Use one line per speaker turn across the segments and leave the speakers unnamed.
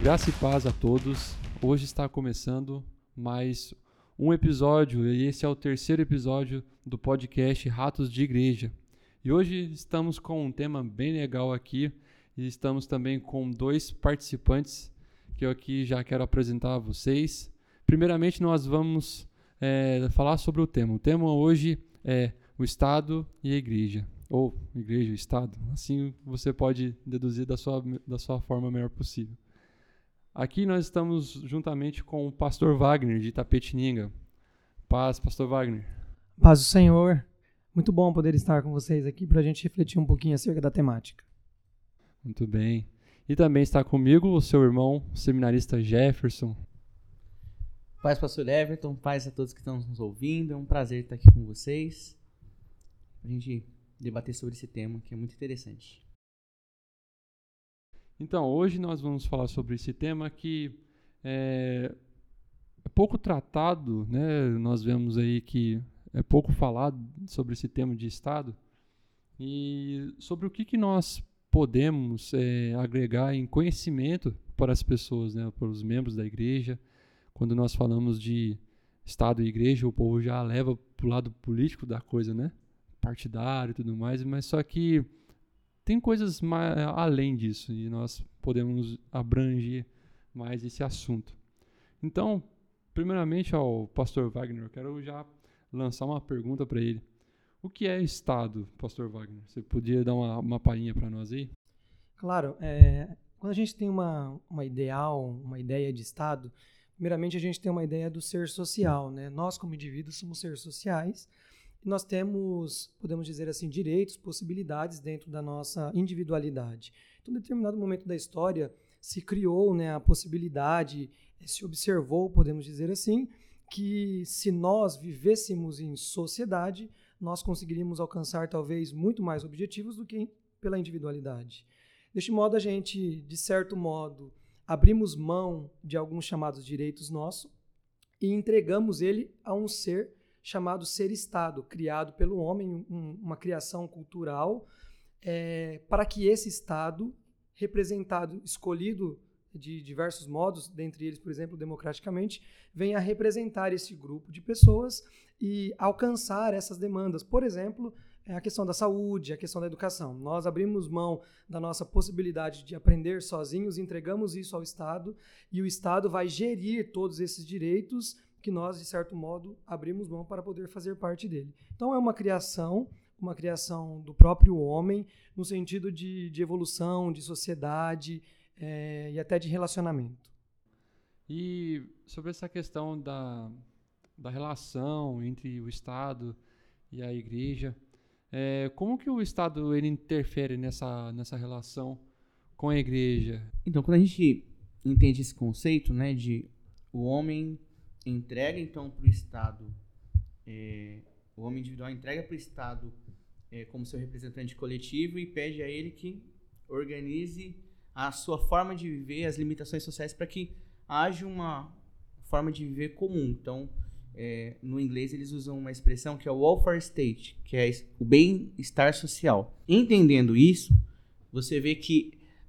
Graça e paz a todos. Hoje está começando mais um episódio, e esse é o terceiro episódio do podcast Ratos de Igreja. E hoje estamos com um tema bem legal aqui, e estamos também com dois participantes que eu aqui já quero apresentar a vocês. Primeiramente, nós vamos falar sobre o tema. O tema hoje é o Estado e a Igreja, ou Igreja e Estado. Assim você pode deduzir da sua forma melhor possível. Aqui nós estamos juntamente com o pastor Wagner, de Itapetininga. Paz, pastor Wagner.
Paz do Senhor. Muito bom poder estar com vocês aqui para a gente refletir um pouquinho acerca da temática.
Muito bem. E também está comigo o seu irmão, o seminarista Jefferson.
Paz, pastor Everton. Paz a todos que estão nos ouvindo. É um prazer estar aqui com vocês. A gente debater sobre esse tema que é muito interessante.
Então, hoje nós vamos falar sobre esse tema que é pouco tratado, né? Nós vemos aí que é pouco falado sobre esse tema de Estado e sobre o que nós podemos agregar em conhecimento para as pessoas, né? Para os membros da igreja. Quando nós falamos de Estado e igreja, o povo já leva para o lado político da coisa, né? Partidário e tudo mais, mas só que tem coisas além disso e nós podemos abranger mais esse assunto. Então, primeiramente ao pastor Wagner, eu quero já lançar uma pergunta para ele. O que é Estado, pastor Wagner? Você podia dar uma palhinha para nós aí?
Claro, quando a gente tem uma ideia de Estado, primeiramente a gente tem uma ideia do ser social, né? Nós, como indivíduos, somos seres sociais. Nós temos, podemos dizer assim, direitos, possibilidades dentro da nossa individualidade. Então, em determinado momento da história, se criou, né, a possibilidade, se observou, podemos dizer assim, que se nós vivêssemos em sociedade, nós conseguiríamos alcançar talvez muito mais objetivos do que pela individualidade. Deste modo, a gente, de certo modo, abrimos mão de alguns chamados direitos nossos e entregamos ele a um ser chamado ser-estado, criado pelo homem, uma criação cultural, para que esse Estado, representado, escolhido de diversos modos, dentre eles, por exemplo, democraticamente, venha a representar esse grupo de pessoas e alcançar essas demandas. Por exemplo, a questão da saúde, a questão da educação. Nós abrimos mão da nossa possibilidade de aprender sozinhos, entregamos isso ao Estado, e o Estado vai gerir todos esses direitos que nós, de certo modo, abrimos mão para poder fazer parte dele. Então, é uma criação do próprio homem, no sentido de evolução, de sociedade e até de relacionamento.
E sobre essa questão da relação entre o Estado e a igreja, como que o Estado ele interfere nessa relação com a igreja?
Então, quando a gente entende esse conceito, né, de o homem entrega então para o Estado, o homem individual entrega para o Estado como seu representante coletivo e pede a ele que organize a sua forma de viver, as limitações sociais para que haja uma forma de viver comum. Então, no inglês eles usam uma expressão que é o welfare state, que é o bem-estar social. Entendendo isso, você vê que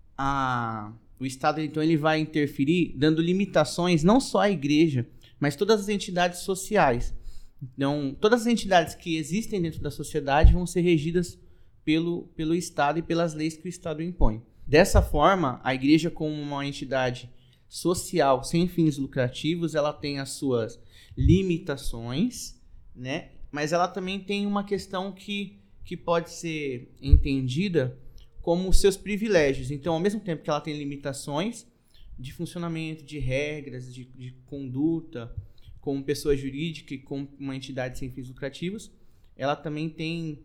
o Estado então ele vai interferir dando limitações não só à igreja, mas todas as entidades sociais. Então, todas as entidades que existem dentro da sociedade vão ser regidas pelo Estado e pelas leis que o Estado impõe. Dessa forma, a igreja, como uma entidade social sem fins lucrativos, ela tem as suas limitações, né? Mas ela também tem uma questão que pode ser entendida como os seus privilégios. Então, ao mesmo tempo que ela tem limitações de funcionamento, de regras, de conduta, como pessoa jurídica e como uma entidade sem fins lucrativos, ela também tem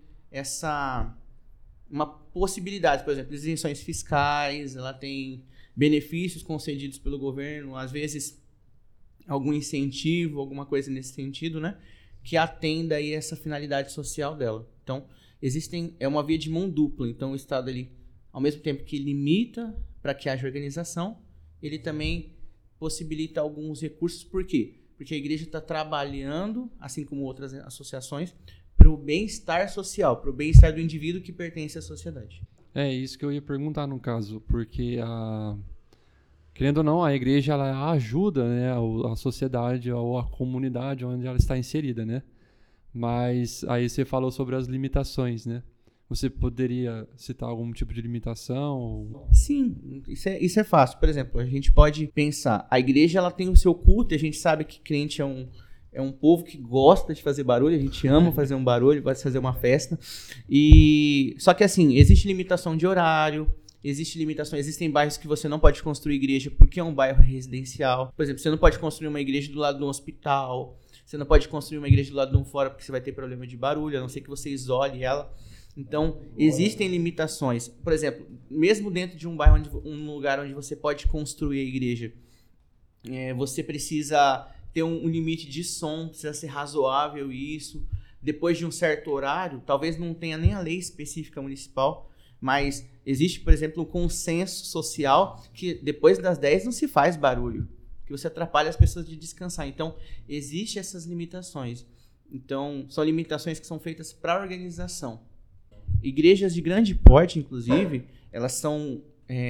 uma possibilidade, por exemplo, isenções fiscais, ela tem benefícios concedidos pelo governo, às vezes algum incentivo, alguma coisa nesse sentido, né, que atenda aí essa finalidade social dela. Então, é uma via de mão dupla. Então, o Estado, ele, ao mesmo tempo que limita para que haja organização, ele também possibilita alguns recursos. Por quê? Porque a igreja está trabalhando, assim como outras associações, para o bem-estar social, para o bem-estar do indivíduo que pertence à sociedade.
É isso que eu ia perguntar no caso, porque querendo ou não, a igreja ela ajuda, né, a sociedade ou a comunidade onde ela está inserida, né? Mas aí você falou sobre as limitações, né? Você poderia citar algum tipo de limitação?
Sim, isso é fácil. Por exemplo, a gente pode pensar, a igreja ela tem o seu culto, e a gente sabe que crente é um povo que gosta de fazer barulho, a gente ama fazer um barulho, gosta de fazer uma festa. Só que assim, existe limitação de horário, existem bairros que você não pode construir igreja porque é um bairro residencial. Por exemplo, você não pode construir uma igreja do lado de um hospital, você não pode construir uma igreja do lado de um fórum porque você vai ter problema de barulho, a não ser que você isole ela. Então, existem limitações. Por exemplo, mesmo dentro de um bairro, um lugar onde você pode construir a igreja, você precisa ter um limite de som, precisa ser razoável isso. Depois de um certo horário, talvez não tenha nem a lei específica municipal, mas existe, por exemplo, um consenso social que depois das 10 não se faz barulho, que você atrapalha as pessoas de descansar. Então, existem essas limitações. Então, são limitações que são feitas para a organização. Igrejas de grande porte, inclusive, elas são,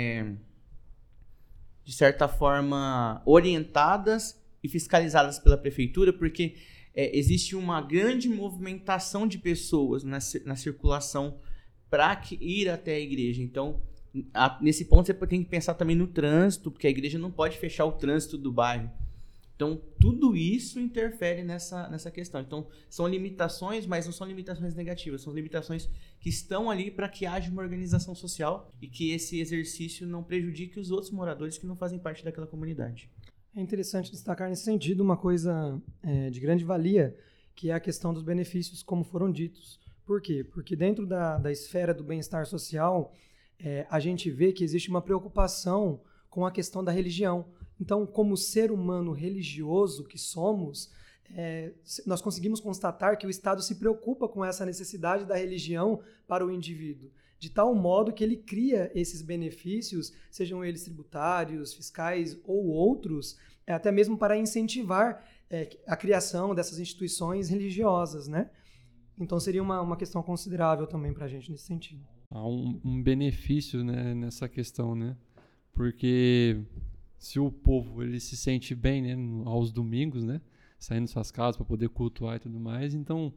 de certa forma, orientadas e fiscalizadas pela prefeitura, porque existe uma grande movimentação de pessoas na circulação para ir até a igreja. Então, nesse ponto, você tem que pensar também no trânsito, porque a igreja não pode fechar o trânsito do bairro. Então, tudo isso interfere nessa questão. Então, são limitações, mas não são limitações negativas. São limitações que estão ali para que haja uma organização social e que esse exercício não prejudique os outros moradores que não fazem parte daquela comunidade.
É interessante destacar nesse sentido uma coisa de grande valia, que é a questão dos benefícios, como foram ditos. Por quê? Porque dentro da esfera do bem-estar social, a gente vê que existe uma preocupação com a questão da religião. Então, como ser humano religioso que somos, nós conseguimos constatar que o Estado se preocupa com essa necessidade da religião para o indivíduo, de tal modo que ele cria esses benefícios, sejam eles tributários, fiscais ou outros, até mesmo para incentivar a criação dessas instituições religiosas, né? Então, seria uma questão considerável também para a gente nesse sentido.
Há um benefício, né, nessa questão, né? Porque se o povo ele se sente bem, né, aos domingos, né, saindo das suas casas para poder cultuar e tudo mais, então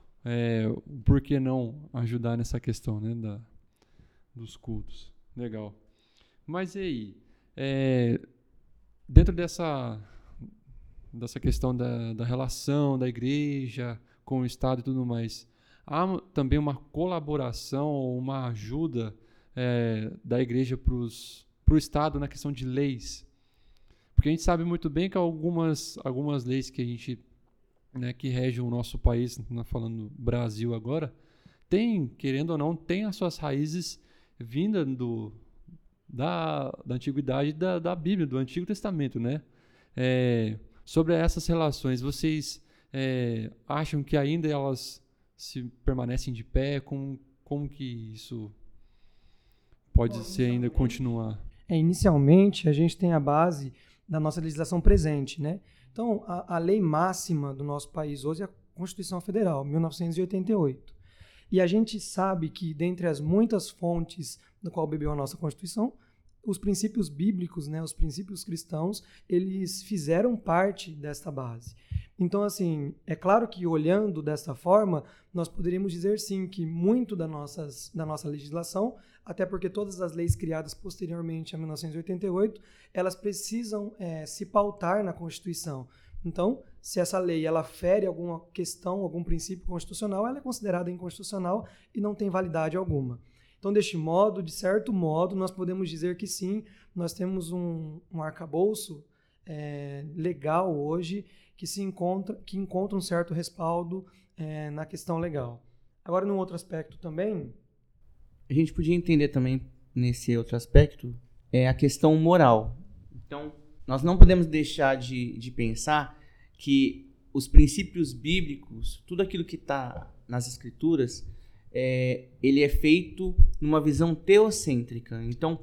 por que não ajudar nessa questão, né, dos cultos? Legal. Mas e aí, dentro dessa questão da relação da igreja com o Estado e tudo mais, há também uma colaboração ou uma ajuda da igreja para o Estado na questão de leis? Porque a gente sabe muito bem que algumas leis que a gente, né, que regem o nosso país, falando Brasil agora, querendo ou não, tem as suas raízes vindas da antiguidade da Bíblia, do Antigo Testamento, né? Sobre essas relações, vocês acham que ainda elas se permanecem de pé? Como que isso pode ser ainda continuar?
Inicialmente, a gente tem a base da nossa legislação presente, né? Então, a lei máxima do nosso país hoje é a Constituição Federal, 1988. E a gente sabe que, dentre as muitas fontes do qual bebeu a nossa Constituição, os princípios bíblicos, né, os princípios cristãos, eles fizeram parte desta base. Então, assim, é claro que olhando dessa forma, nós poderíamos dizer sim que muito da nossa legislação, até porque todas as leis criadas posteriormente a 1988, elas precisam se pautar na Constituição. Então, se essa lei ela fere alguma questão, algum princípio constitucional, ela é considerada inconstitucional e não tem validade alguma. Então, deste modo, de certo modo, nós podemos dizer que sim, nós temos um arcabouço legal hoje que encontra um certo respaldo na questão legal. Agora, num outro aspecto também...
A gente podia entender também, nesse outro aspecto, a questão moral. Então, nós não podemos deixar de pensar que os princípios bíblicos, tudo aquilo que está nas Escrituras, ele é feito numa visão teocêntrica. Então,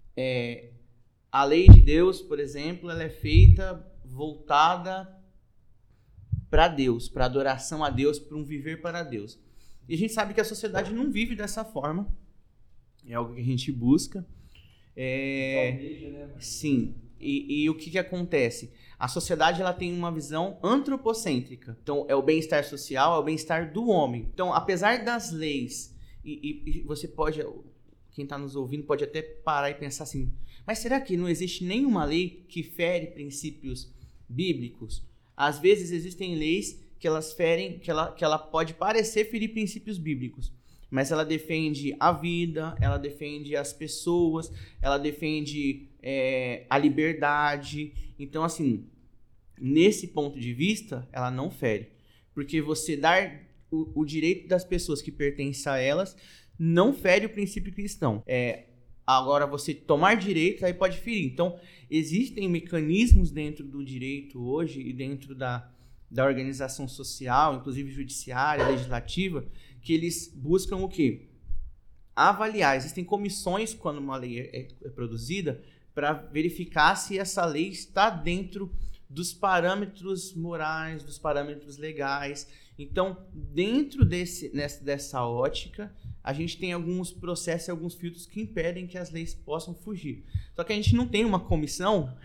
a lei de Deus, por exemplo, ela é feita voltada para Deus, para adoração a Deus, para um viver para Deus. E a gente sabe que a sociedade não vive dessa forma. É algo que a gente busca. Sim. E o que acontece? A sociedade ela tem uma visão antropocêntrica. Então, é o bem-estar social, é o bem-estar do homem. Então, apesar das leis, e você pode, quem está nos ouvindo pode até parar e pensar assim, mas será que não existe nenhuma lei que fere princípios bíblicos? Às vezes existem leis que elas ferem, que ela pode parecer ferir princípios bíblicos, mas ela defende a vida, ela defende as pessoas, ela defende a liberdade. Então, assim, nesse ponto de vista, ela não fere. Porque você dar o direito das pessoas que pertencem a elas não fere o princípio cristão. Agora, você tomar direitos, aí pode ferir. Então, existem mecanismos dentro do direito hoje e dentro da organização social, inclusive judiciária, legislativa, que eles buscam o quê? Avaliar. Existem comissões, quando uma lei é produzida, para verificar se essa lei está dentro dos parâmetros morais, dos parâmetros legais. Então, dentro dessa ótica, a gente tem alguns processos e alguns filtros que impedem que as leis possam fugir. Só que a gente não tem uma comissão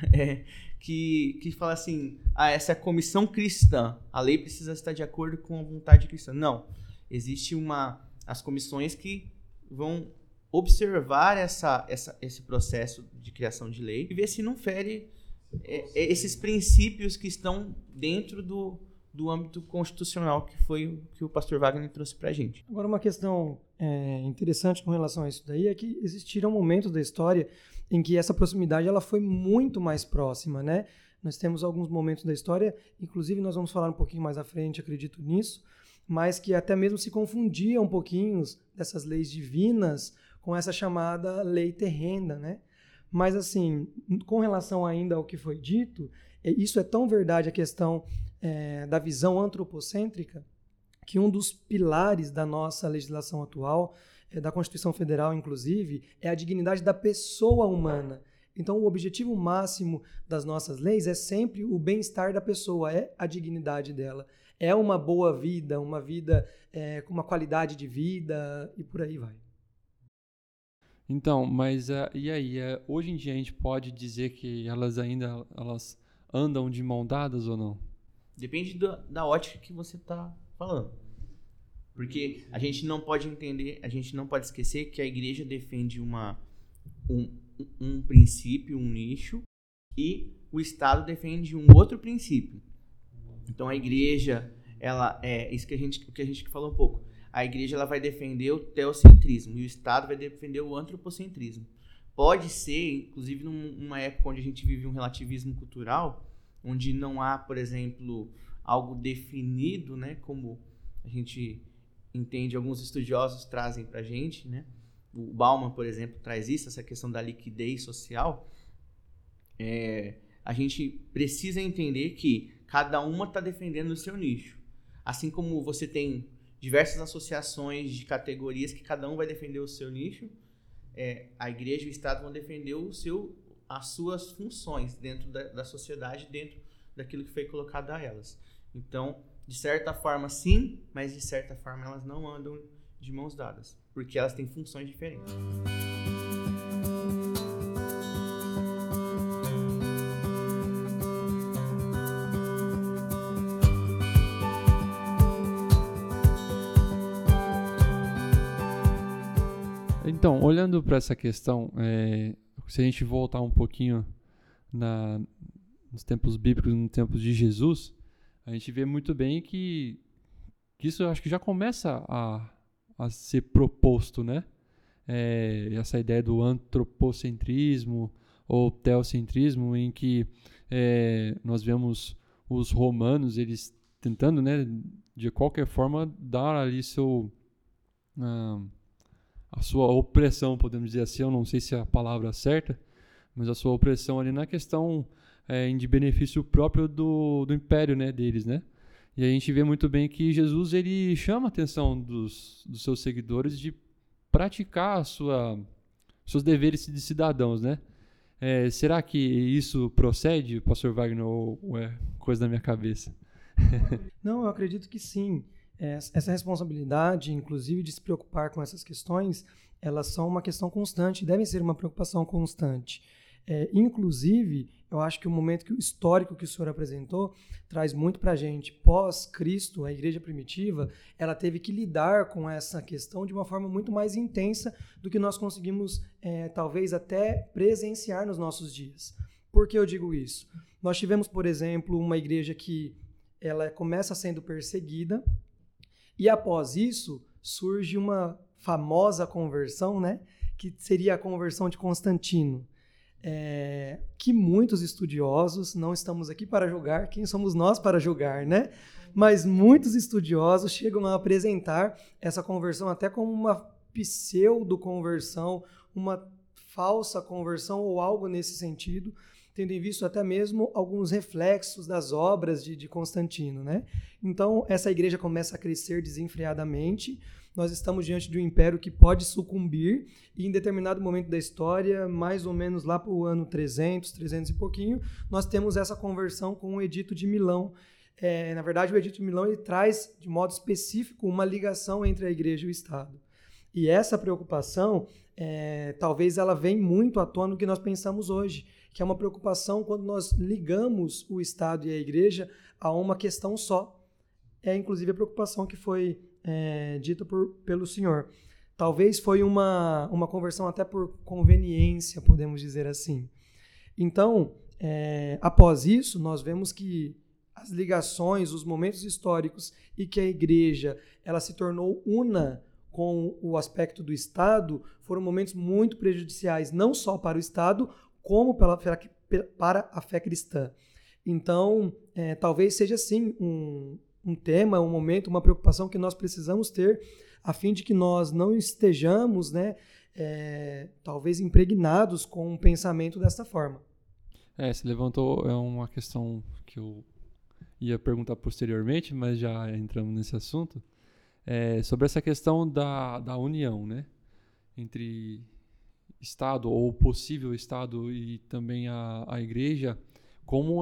que fala assim, essa é a comissão cristã, a lei precisa estar de acordo com a vontade cristã. Não. Existe as comissões que vão observar esse processo de criação de lei e ver se não fere esses princípios que estão dentro do âmbito constitucional, que foi o que o pastor Wagner trouxe para a gente.
Agora, uma questão interessante com relação a isso daí é que existiram momentos da história em que essa proximidade ela foi muito mais próxima, né? Nós temos alguns momentos da história, inclusive nós vamos falar um pouquinho mais à frente, acredito nisso, mas que até mesmo se confundia um pouquinho dessas leis divinas com essa chamada lei terrena, né? Mas, assim, com relação ainda ao que foi dito, isso é tão verdade, a questão da visão antropocêntrica, que um dos pilares da nossa legislação atual, da Constituição Federal, inclusive, é a dignidade da pessoa humana. Então, o objetivo máximo das nossas leis é sempre o bem-estar da pessoa, é a dignidade dela. É uma boa vida, uma vida com uma qualidade de vida e por aí vai.
Então, mas e aí? Hoje em dia a gente pode dizer que elas andam de mão dadas ou não?
Depende da ótica que você está falando. Porque a gente não pode entender, a gente não pode esquecer que a igreja defende um princípio, um nicho, e o Estado defende um outro princípio. Então a igreja, ela isso que a gente falou um pouco. A igreja ela vai defender o teocentrismo e o Estado vai defender o antropocentrismo. Pode ser, inclusive numa época onde a gente vive um relativismo cultural, onde não há, por exemplo, algo definido, né, como a gente entende, alguns estudiosos trazem para a gente, né? O Bauman, por exemplo, traz isso, essa questão da liquidez social. A gente precisa entender que cada uma está defendendo o seu nicho. Assim como você tem diversas associações de categorias que cada um vai defender o seu nicho, a igreja e o Estado vão defender as suas funções dentro da sociedade, dentro daquilo que foi colocado a elas. Então, de certa forma sim, mas de certa forma elas não andam de mãos dadas, porque elas têm funções diferentes.
Então, olhando para essa questão, se a gente voltar um pouquinho nos tempos bíblicos, nos tempos de Jesus, a gente vê muito bem que isso eu acho que já começa a ser proposto, né? Essa ideia do antropocentrismo ou teocentrismo, em que nós vemos os romanos, eles tentando, né, de qualquer forma, dar ali a sua opressão, podemos dizer assim, eu não sei se é a palavra certa, mas a sua opressão ali na questão de benefício próprio do império, né, deles, né? E a gente vê muito bem que Jesus ele chama a atenção dos seus seguidores de praticar seus deveres de cidadãos, né? Será que isso procede, pastor Wagner, ou é coisa da minha cabeça?
Não, eu acredito que sim. Essa responsabilidade, inclusive, de se preocupar com essas questões, elas são uma questão constante, devem ser uma preocupação constante. Inclusive, eu acho que o momento histórico que o senhor apresentou traz muito para a gente. Pós-Cristo, a igreja primitiva, ela teve que lidar com essa questão de uma forma muito mais intensa do que nós conseguimos, talvez, até presenciar nos nossos dias. Por que eu digo isso? Nós tivemos, por exemplo, uma igreja que ela começa sendo perseguida e, após isso, surge uma famosa conversão, né? Que seria a conversão de Constantino. Que muitos estudiosos, não estamos aqui para julgar, quem somos nós para julgar, né? Mas muitos estudiosos chegam a apresentar essa conversão até como uma pseudo-conversão, uma falsa conversão ou algo nesse sentido, tendo em vista até mesmo alguns reflexos das obras de Constantino, né? Então, essa igreja começa a crescer desenfreadamente. Nós estamos diante de um império que pode sucumbir e em determinado momento da história, mais ou menos lá para o ano 300 e pouquinho, nós temos essa conversão com o Edito de Milão. Na verdade, o Edito de Milão ele traz, de modo específico, uma ligação entre a igreja e o Estado. E essa preocupação, talvez ela vem muito à tona no que nós pensamos hoje, que é uma preocupação quando nós ligamos o Estado e a igreja a uma questão só. Inclusive a preocupação que foi dita pelo senhor. Talvez foi uma conversão até por conveniência, podemos dizer assim. Então, após isso, nós vemos que as ligações, os momentos históricos e que a igreja ela se tornou una com o aspecto do Estado foram momentos muito prejudiciais, não só para o Estado, como para a fé cristã. Então, talvez seja sim um tema, um momento, uma preocupação que nós precisamos ter a fim de que nós não estejamos, talvez impregnados com um pensamento dessa forma.
Você levantou uma questão que eu ia perguntar posteriormente, mas já entramos nesse assunto, sobre essa questão da união, né, entre Estado ou possível Estado e também a igreja, como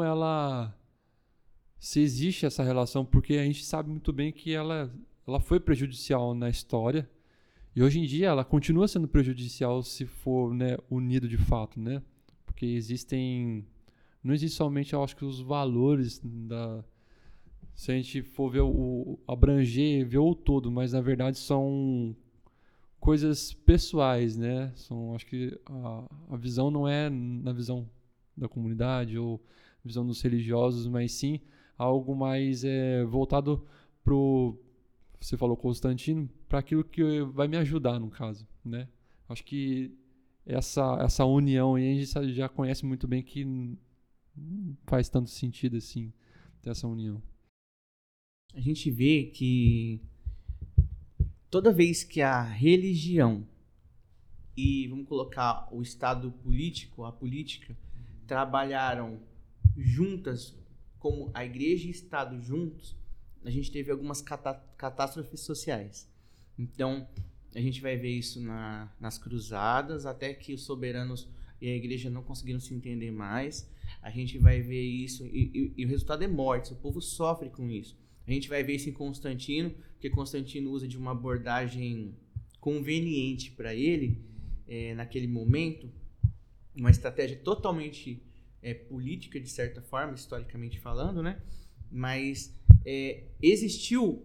se existe essa relação, porque a gente sabe muito bem que ela foi prejudicial na história e hoje em dia ela continua sendo prejudicial se for, né, unido de fato, né? Porque não existe somente, eu acho que os valores se a gente for ver abranger, ver o todo, mas na verdade são coisas pessoais, né? Acho que a visão não é na visão da comunidade ou visão dos religiosos, mas sim algo mais voltado você falou Constantino, para aquilo que vai me ajudar, no caso, né? Acho que essa união aí a gente já conhece muito bem que não faz tanto sentido assim, ter essa união.
A gente vê que toda vez que a religião e, vamos colocar, o Estado político, a política, trabalharam juntas, como a igreja e o Estado juntos, a gente teve algumas catástrofes sociais. Então, a gente vai ver isso nas cruzadas, até que os soberanos e a igreja não conseguiram se entender mais. A gente vai ver isso, e o resultado é morte, o povo sofre com isso. A gente vai ver isso em Constantino, porque Constantino usa de uma abordagem conveniente para ele, naquele momento, uma estratégia totalmente política, de certa forma, historicamente falando, né? Mas existiu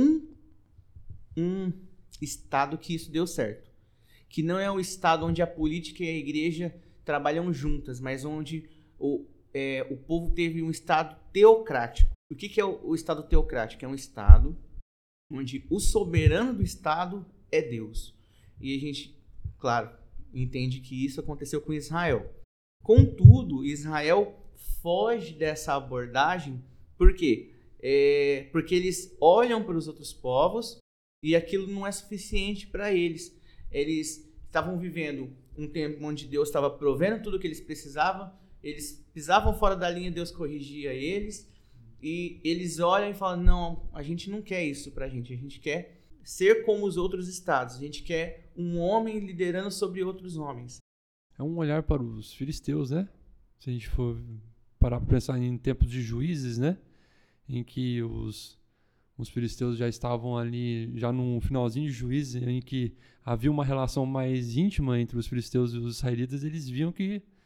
um Estado que isso deu certo, que não é um Estado onde a política e a igreja trabalham juntas, mas onde o povo teve um Estado teocrático. O que é o Estado teocrático? É um Estado onde o soberano do Estado é Deus. E a gente, claro, entende que isso aconteceu com Israel. Contudo, Israel foge dessa abordagem. Por quê? Porque eles olham para os outros povos e aquilo não é suficiente para eles. Eles estavam vivendo um tempo onde Deus estava provendo tudo o que eles precisavam. Eles pisavam fora da linha, Deus corrigia eles. E eles olham e falam, não, a gente não quer isso pra gente. A gente quer ser como os outros estados. A gente quer um homem liderando sobre outros homens.
É um olhar para os filisteus, né? Se a gente for parar para pensar em tempos de Juízes, né? Em que os filisteus já estavam ali, já no finalzinho de Juízes, em que havia uma relação mais íntima entre os filisteus e os israelitas, eles viam que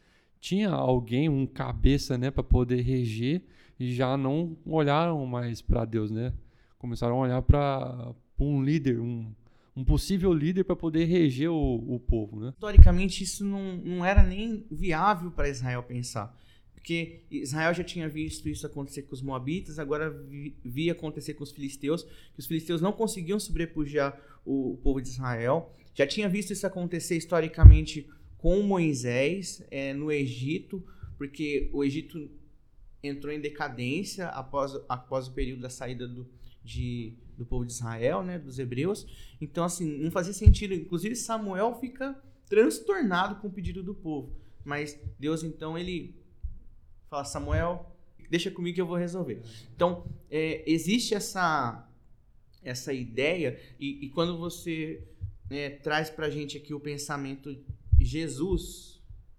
tinha alguém, um cabeça, né, para poder reger, e já não olharam mais para Deus, né? Começaram a olhar para um líder, um possível líder para poder reger o povo, né?
Historicamente, isso não era nem viável para Israel pensar. Porque Israel já tinha visto isso acontecer com os moabitas, agora via acontecer com os filisteus, que os filisteus não conseguiam sobrepujar o povo de Israel. Já tinha visto isso acontecer historicamente com Moisés no Egito, porque o Egito entrou em decadência após o período da saída do povo de Israel, né, dos hebreus. Então, assim, não fazia sentido. Inclusive, Samuel fica transtornado com o pedido do povo. Mas Deus, então, ele fala: Samuel, deixa comigo que eu vou resolver. Então, existe essa ideia, e quando você traz pra gente aqui o pensamento Jesus,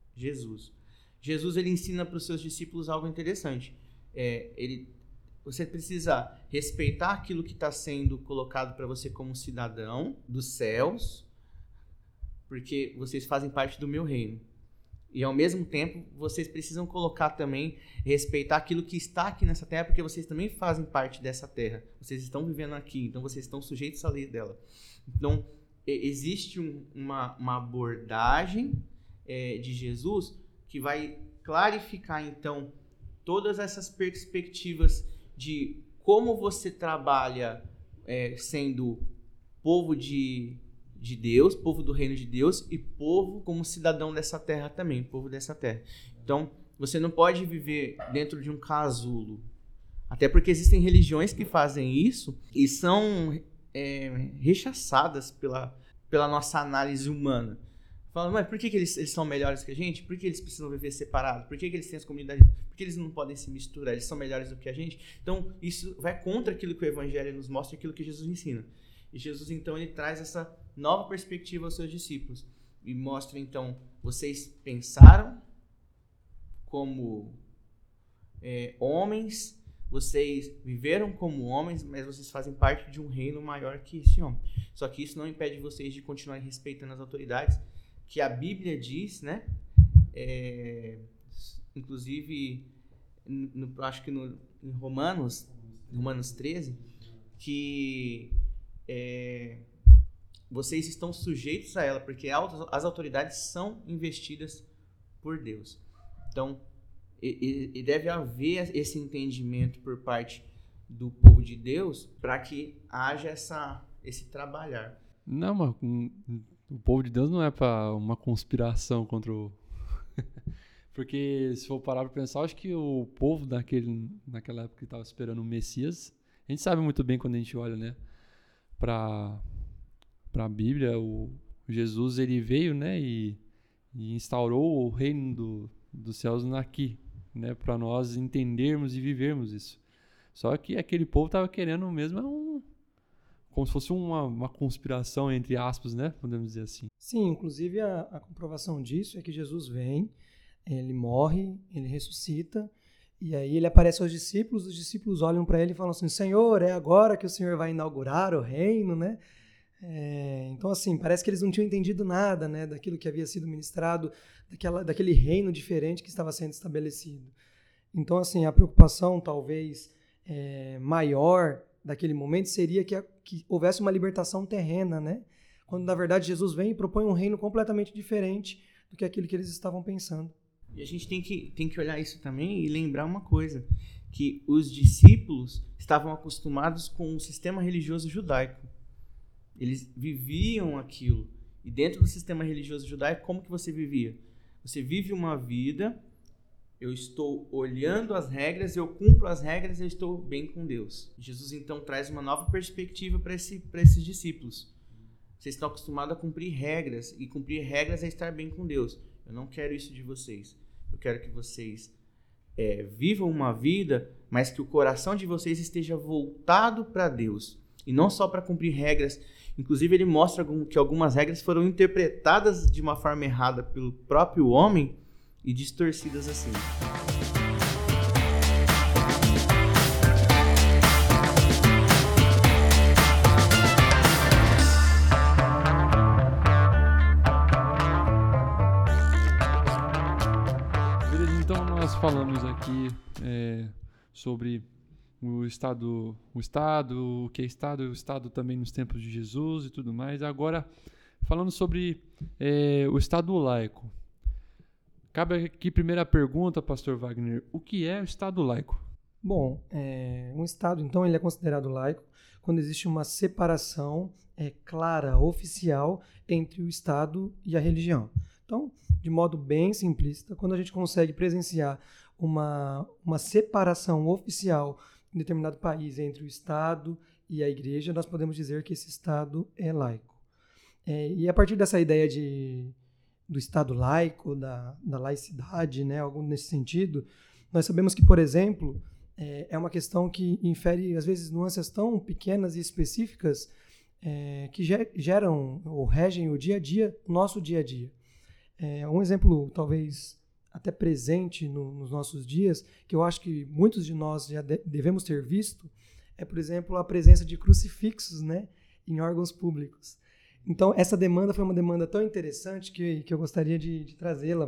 ele ensina para os seus discípulos algo interessante. Você precisa respeitar aquilo que está sendo colocado para você como cidadão dos céus, porque vocês fazem parte do meu reino. E, ao mesmo tempo, vocês precisam colocar também, respeitar aquilo que está aqui nessa terra, porque vocês também fazem parte dessa terra. Vocês estão vivendo aqui, então vocês estão sujeitos à lei dela. Então, existe uma abordagem de Jesus que vai clarificar, então, todas essas perspectivas de como você trabalha sendo povo de Deus, povo do reino de Deus, e povo como cidadão dessa terra também, povo dessa terra. Então, você não pode viver dentro de um casulo. Até porque existem religiões que fazem isso e são rechaçadas pela nossa análise humana. Falando: mas por que eles são melhores que a gente? Por que eles precisam viver separados? Por que eles têm as comunidades? Por que eles não podem se misturar? Eles são melhores do que a gente? Então, isso vai contra aquilo que o Evangelho nos mostra e aquilo que Jesus ensina. E Jesus, então, ele traz essa nova perspectiva aos seus discípulos. E mostra, então, vocês pensaram como homens, vocês viveram como homens, mas vocês fazem parte de um reino maior que esse homem. Só que isso não impede vocês de continuarem respeitando as autoridades, que a Bíblia diz, né? Inclusive, acho que em Romanos 13, que vocês estão sujeitos a ela, porque as autoridades são investidas por Deus. Então, e deve haver esse entendimento por parte do povo de Deus para que haja esse trabalhar.
Não, mas o povo de Deus não é para uma conspiração contra o... Porque, se for parar para pensar, acho que o povo naquela época que estava esperando o Messias, a gente sabe muito bem quando a gente olha, né, para a Bíblia, o Jesus, ele veio, né, e instaurou o reino dos céus aqui, né, para nós entendermos e vivermos isso. Só que aquele povo estava querendo mesmo como se fosse uma conspiração, entre aspas, né, podemos dizer assim.
Sim, inclusive a comprovação disso é que Jesus vem, ele morre, ele ressuscita, e aí ele aparece aos discípulos, os discípulos olham para ele e falam assim: Senhor, é agora que o Senhor vai inaugurar o reino, né? Então, assim, parece que eles não tinham entendido nada, né, daquilo que havia sido ministrado, daquele reino diferente que estava sendo estabelecido. Então, assim, a preocupação talvez maior daquele momento seria que houvesse uma libertação terrena, né? Quando, na verdade, Jesus vem e propõe um reino completamente diferente do que aquilo que eles estavam pensando.
E a gente tem que olhar isso também e lembrar uma coisa, que os discípulos estavam acostumados com o sistema religioso judaico. Eles viviam aquilo. E dentro do sistema religioso judaico, como que você vivia? Você vive uma vida, eu estou olhando as regras, eu cumpro as regras, eu estou bem com Deus. Jesus, então, traz uma nova perspectiva para esses discípulos. Vocês estão acostumados a cumprir regras, e cumprir regras é estar bem com Deus. Eu não quero isso de vocês. Eu quero que vocês vivam uma vida, mas que o coração de vocês esteja voltado para Deus. E não só para cumprir regras. Inclusive, ele mostra que algumas regras foram interpretadas de uma forma errada pelo próprio homem e distorcidas assim.
falamos aqui sobre o Estado, o que é Estado, o Estado também nos tempos de Jesus e tudo mais. Agora, falando sobre o Estado laico. Cabe aqui a primeira pergunta, pastor Wagner. O que é o Estado laico?
Bom, um Estado, então, ele é considerado laico quando existe uma separação clara, oficial, entre o Estado e a religião. Então, de modo bem simplista, quando a gente consegue presenciar uma separação oficial em determinado país entre o Estado e a Igreja, nós podemos dizer que esse Estado é laico. E a partir dessa ideia do Estado laico, da laicidade, né, algo nesse sentido, nós sabemos que, por exemplo, é uma questão que infere, às vezes, nuances tão pequenas e específicas que geram ou regem o dia a dia, o nosso dia a dia. Um exemplo, talvez, até presente nos nossos dias, que eu acho que muitos de nós já devemos ter visto, é, por exemplo, a presença de crucifixos, né, em órgãos públicos. Então, essa demanda foi uma demanda tão interessante que eu gostaria de trazê-la.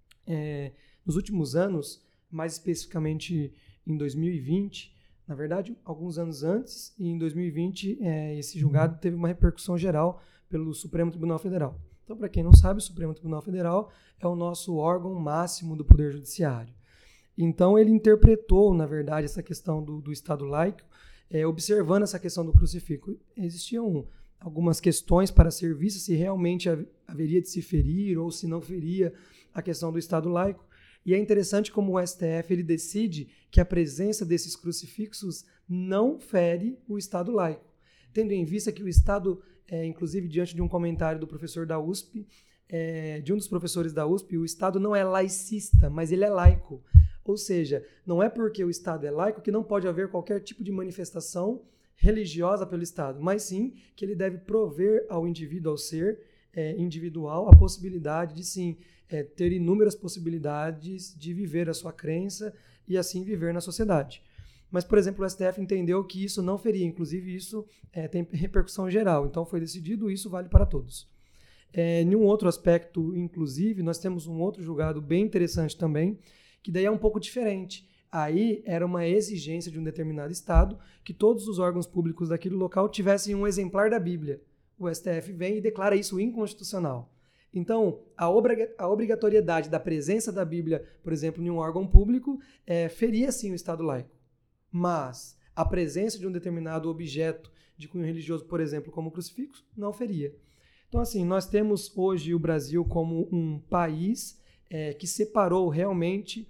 Nos últimos anos, mais especificamente em 2020, na verdade, alguns anos antes, e em 2020, esse julgado teve uma repercussão geral pelo Supremo Tribunal Federal. Então, para quem não sabe, o Supremo Tribunal Federal é o nosso órgão máximo do Poder Judiciário. Então, ele interpretou, na verdade, essa questão do Estado laico, observando essa questão do crucifixo. Existiam algumas questões para ser vistas se realmente haveria de se ferir ou se não feria a questão do Estado laico. E é interessante como o STF ele decide que a presença desses crucifixos não fere o Estado laico, tendo em vista que o Estado, inclusive diante de um comentário do professor da USP, de um dos professores da USP, o Estado não é laicista, mas ele é laico. Ou seja, não é porque o Estado é laico que não pode haver qualquer tipo de manifestação religiosa pelo Estado, mas sim que ele deve prover ao indivíduo, ao ser individual, a possibilidade de, sim, ter inúmeras possibilidades de viver a sua crença e assim viver na sociedade. Mas, por exemplo, o STF entendeu que isso não feria, inclusive isso tem repercussão geral, então foi decidido, isso vale para todos. Em um outro aspecto, inclusive, nós temos um outro julgado bem interessante também, que daí é um pouco diferente. Aí era uma exigência de um determinado Estado que todos os órgãos públicos daquele local tivessem um exemplar da Bíblia. O STF vem e declara isso inconstitucional. Então, a obrigatoriedade da presença da Bíblia, por exemplo, em um órgão público, feria sim o Estado laico. Mas a presença de um determinado objeto de cunho religioso, por exemplo, como o crucifixo, não feria. Então, assim, nós temos hoje o Brasil como um país que separou realmente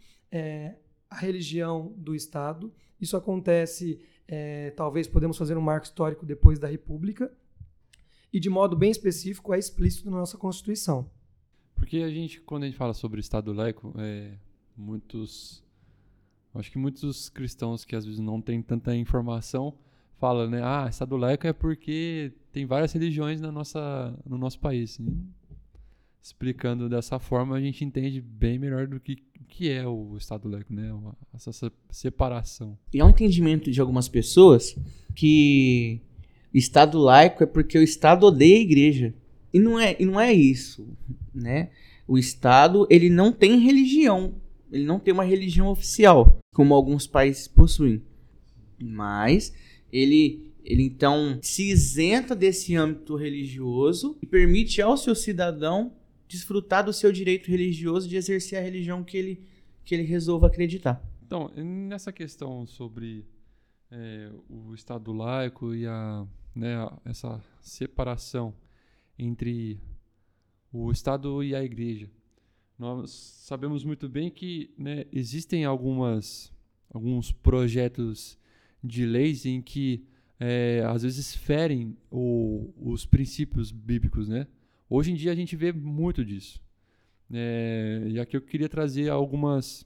a religião do Estado. Isso acontece, talvez podemos fazer um marco histórico depois da República, e de modo bem específico é explícito na nossa Constituição.
Porque quando a gente fala sobre Estado laico, acho que muitos cristãos que às vezes não têm tanta informação falam, né? Estado laico é porque tem várias religiões no nosso país. E, explicando dessa forma, a gente entende bem melhor do que é o Estado laico, né? Essa separação.
E há um entendimento de algumas pessoas que Estado laico é porque o Estado odeia a igreja. E não é isso, né? O Estado, ele não tem religião. Ele não tem uma religião oficial, como alguns países possuem. Mas ele então se isenta desse âmbito religioso e permite ao seu cidadão desfrutar do seu direito religioso de exercer a religião que ele resolva acreditar.
Então, nessa questão sobre o Estado laico e essa separação entre o Estado e a Igreja, nós sabemos muito bem que, né, existem alguns projetos de leis em que às vezes ferem os princípios bíblicos, né? Hoje em dia a gente vê muito disso. E aqui eu queria trazer algumas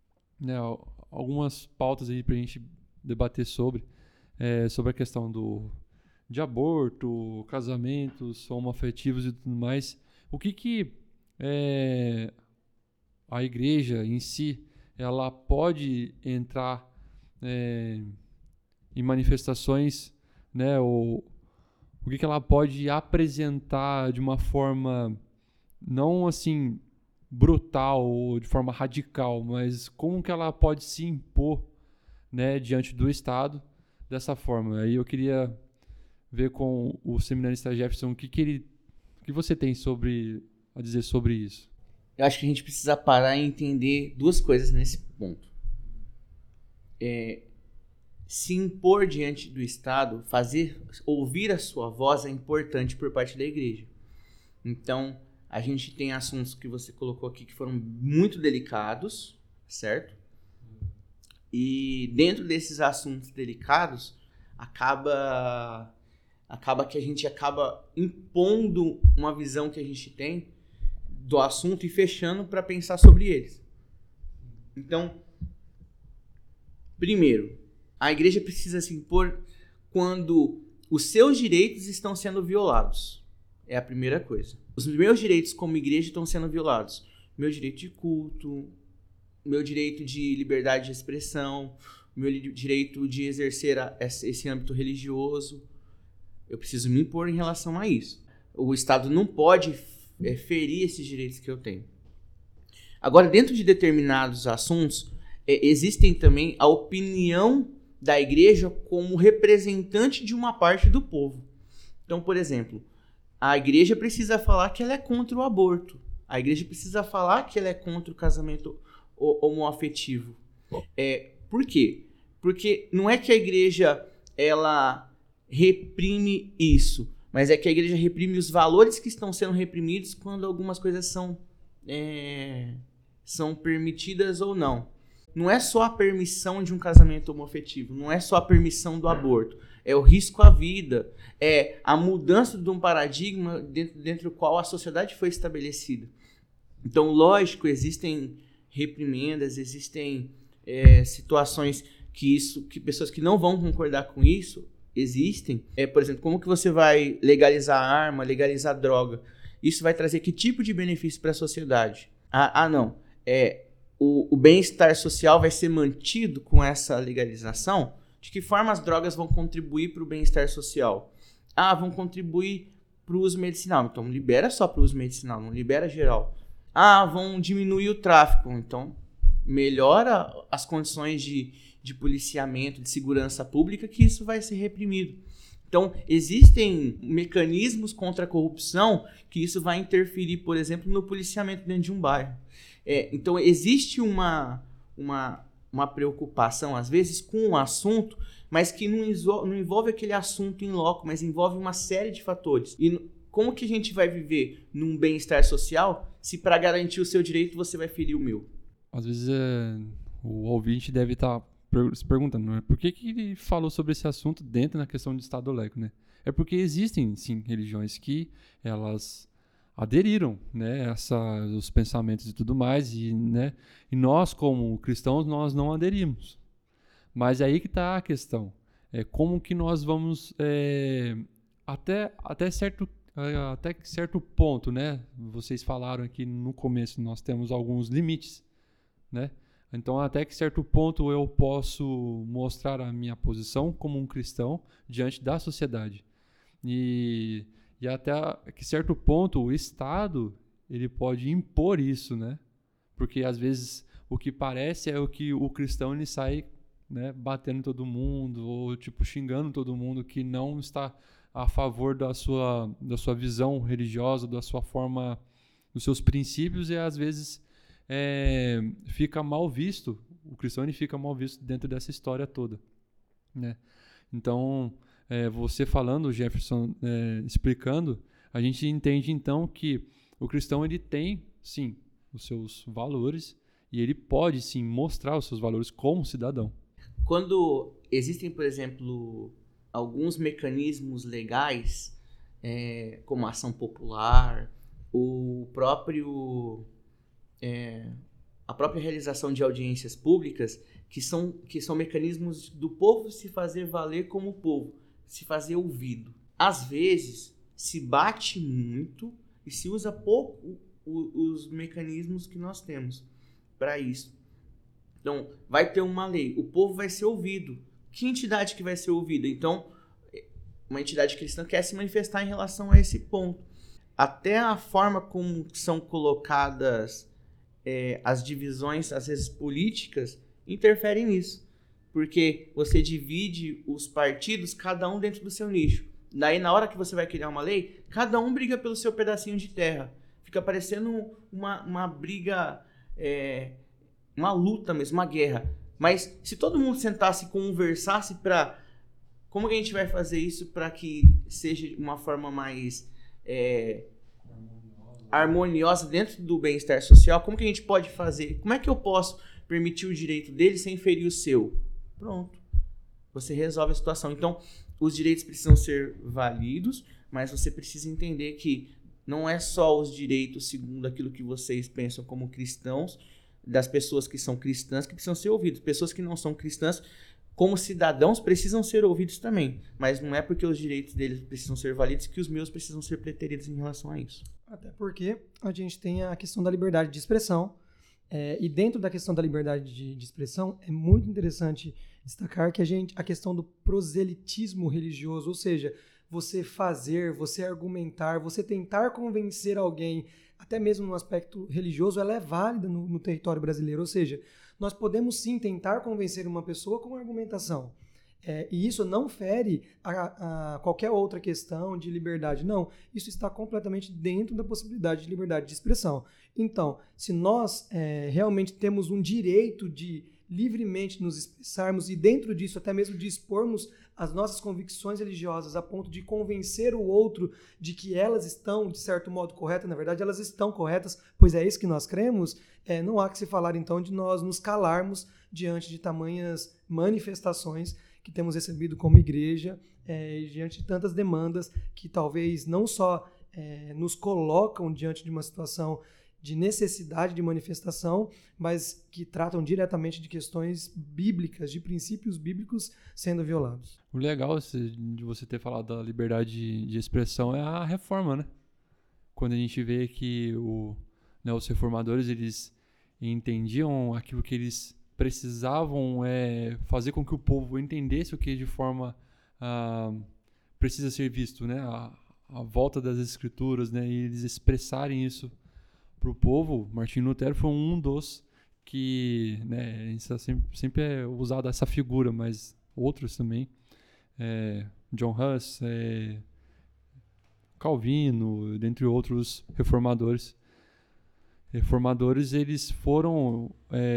pautas aí para a gente debater sobre a questão de aborto, casamentos homoafetivos e tudo mais. O que a igreja em si ela pode entrar em manifestações, né, ou o que ela pode apresentar de uma forma não assim brutal ou de forma radical, mas como que ela pode se impor, né, diante do Estado dessa forma. Aí eu queria ver com o seminarista Jefferson o que você tem a dizer sobre isso.
Eu acho que a gente precisa parar e entender duas coisas nesse ponto. Se impor diante do Estado, ouvir a sua voz é importante por parte da igreja. Então, a gente tem assuntos que você colocou aqui que foram muito delicados, certo? E dentro desses assuntos delicados, acaba que a gente acaba impondo uma visão que a gente tem do assunto e fechando para pensar sobre eles. Então, primeiro, a igreja precisa se impor quando os seus direitos estão sendo violados. É a primeira coisa. Os meus direitos como igreja estão sendo violados. Meu direito de culto, meu direito de liberdade de expressão, meu direito de exercer esse âmbito religioso. Eu preciso me impor em relação a isso. O Estado não pode ferir esses direitos que eu tenho. Agora, dentro de determinados assuntos, existem também a opinião da igreja como representante de uma parte do povo. Então, por exemplo, a igreja precisa falar que ela é contra o aborto. A igreja precisa falar que ela é contra o casamento homoafetivo. Por quê? Porque não é que a igreja ela reprime isso, mas é que a igreja reprime os valores que estão sendo reprimidos quando algumas coisas são permitidas ou não. Não é só a permissão de um casamento homoafetivo, não é só a permissão do aborto, é o risco à vida, é a mudança de um paradigma dentro do qual a sociedade foi estabelecida. Então, lógico, existem reprimendas, existem situações que pessoas que não vão concordar com isso existem. Por exemplo, como que você vai legalizar arma, legalizar droga? Isso vai trazer que tipo de benefício para a sociedade? Não. O bem-estar social vai ser mantido com essa legalização? De que forma as drogas vão contribuir para o bem-estar social? Vão contribuir para o uso medicinal. Então, libera só para o uso medicinal, não libera geral. Vão diminuir o tráfico. Então, melhora as condições de policiamento, de segurança pública, que isso vai ser reprimido. Então, existem mecanismos contra a corrupção que isso vai interferir, por exemplo, no policiamento dentro de um bairro. Então, existe uma preocupação, às vezes, com um assunto, mas que não envolve aquele assunto em loco, mas envolve uma série de fatores. E como que a gente vai viver num bem-estar social se para garantir o seu direito você vai ferir o meu?
Às vezes o ouvinte deve estar se perguntando, né? Por que ele falou sobre esse assunto dentro da questão de Estado laico, né? É porque existem, sim, religiões que elas aderiram, né, os pensamentos e tudo mais, e nós, como cristãos, nós não aderimos. Mas é aí que está a questão. Como que nós vamos, até certo ponto, né? Vocês falaram aqui no começo, nós temos alguns limites, né? Então, até que certo ponto eu posso mostrar a minha posição como um cristão diante da sociedade. E até que certo ponto o Estado ele pode impor isso, né? Porque às vezes o que parece é o que o cristão ele sai, né, batendo todo mundo ou tipo xingando todo mundo que não está a favor da sua visão religiosa, da sua forma, dos seus princípios, e às vezes fica mal visto, o cristão ele fica mal visto dentro dessa história toda, né? Então, você falando, Jefferson, explicando, a gente entende então que o cristão ele tem, sim, os seus valores e ele pode, sim, mostrar os seus valores como cidadão.
Quando existem, por exemplo, alguns mecanismos legais, como a ação popular, a própria realização de audiências públicas, que são mecanismos do povo se fazer valer como povo, se fazer ouvido. Às vezes, se bate muito e se usa pouco os mecanismos que nós temos para isso. Então, vai ter uma lei, o povo vai ser ouvido. Que entidade que vai ser ouvida? Então, uma entidade cristã quer se manifestar em relação a esse ponto. Até a forma como são colocadas as divisões, às vezes políticas, interferem nisso. Porque você divide os partidos, cada um dentro do seu nicho. Daí, na hora que você vai criar uma lei, cada um briga pelo seu pedacinho de terra. Fica parecendo uma briga, uma luta mesmo, uma guerra. Mas se todo mundo sentasse e conversasse para... Como que a gente vai fazer isso para que seja uma forma mais harmoniosa dentro do bem-estar social? Como que a gente pode fazer? Como é que eu posso permitir o direito dele sem ferir o seu? Pronto. Você resolve a situação. Então, os direitos precisam ser válidos, mas você precisa entender que não é só os direitos segundo aquilo que vocês pensam como cristãos, das pessoas que são cristãs, que precisam ser ouvidos. Pessoas que não são cristãs, como cidadãos, precisam ser ouvidos também. Mas não é porque os direitos deles precisam ser válidos que os meus precisam ser preteridos em relação a isso.
Até porque a gente tem a questão da liberdade de expressão. E dentro da questão da liberdade de expressão, é muito interessante destacar que a questão do proselitismo religioso, ou seja, você fazer, você argumentar, você tentar convencer alguém, até mesmo no aspecto religioso, ela é válida no território brasileiro. Ou seja, nós podemos sim tentar convencer uma pessoa com argumentação. E isso não fere a qualquer outra questão de liberdade. Não, isso está completamente dentro da possibilidade de liberdade de expressão. Então, se nós realmente temos um direito de livremente nos expressarmos e dentro disso até mesmo de expormos as nossas convicções religiosas a ponto de convencer o outro de que elas estão, de certo modo, corretas, na verdade elas estão corretas, pois é isso que nós cremos, não há que se falar então de nós nos calarmos diante de tamanhas manifestações que temos recebido como igreja, diante de tantas demandas que talvez não só nos colocam diante de uma situação de necessidade de manifestação, mas que tratam diretamente de questões bíblicas, de princípios bíblicos sendo violados.
O legal de você ter falado da liberdade de expressão é a reforma, né? Quando a gente vê que os reformadores, eles entendiam aquilo que eles precisavam fazer com que o povo entendesse o que de forma precisa ser visto, né? A volta das escrituras, né? E eles expressarem isso para o povo. Martinho Lutero foi um dos que, né, isso sempre é usado essa figura, mas outros também, John Huss, Calvino, dentre outros reformadores. Reformadores, eles foram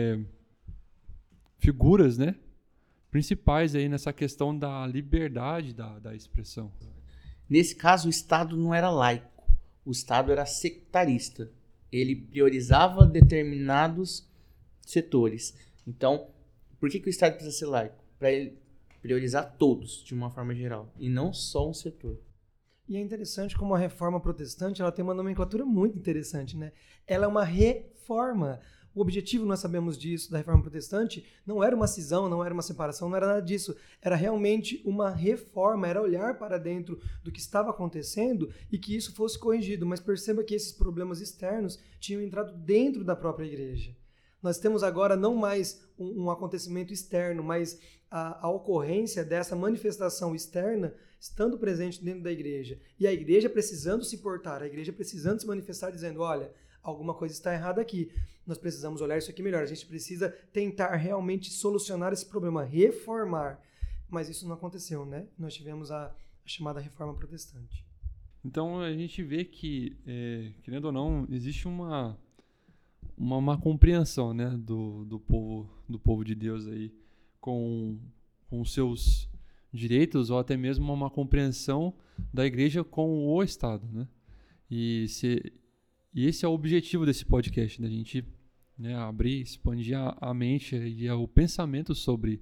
figuras, né, principais aí nessa questão da liberdade da expressão.
Nesse caso, o Estado não era laico, o Estado era sectarista. Ele priorizava determinados setores. Então, por que o Estado precisa ser laico? Para ele priorizar todos, de uma forma geral, e não só um setor.
E é interessante como a reforma protestante ela tem uma nomenclatura muito interessante, né? Ela é uma reforma. O objetivo, nós sabemos disso, da reforma protestante, não era uma cisão, não era uma separação, não era nada disso. Era realmente uma reforma, era olhar para dentro do que estava acontecendo e que isso fosse corrigido. Mas perceba que esses problemas externos tinham entrado dentro da própria igreja. Nós temos agora não mais um acontecimento externo, mas a ocorrência dessa manifestação externa estando presente dentro da igreja. E a igreja precisando se portar, a igreja precisando se manifestar dizendo, olha, alguma coisa está errada aqui. Nós precisamos olhar isso aqui melhor. A gente precisa tentar realmente solucionar esse problema, reformar. Mas isso não aconteceu, né? Nós tivemos a chamada reforma protestante.
Então a gente vê que, querendo ou não, existe uma compreensão, né, do povo de Deus aí com os seus direitos, ou até mesmo uma compreensão da igreja com o Estado, né? E esse é o objetivo desse podcast, da gente, né, abrir, expandir a mente e o pensamento sobre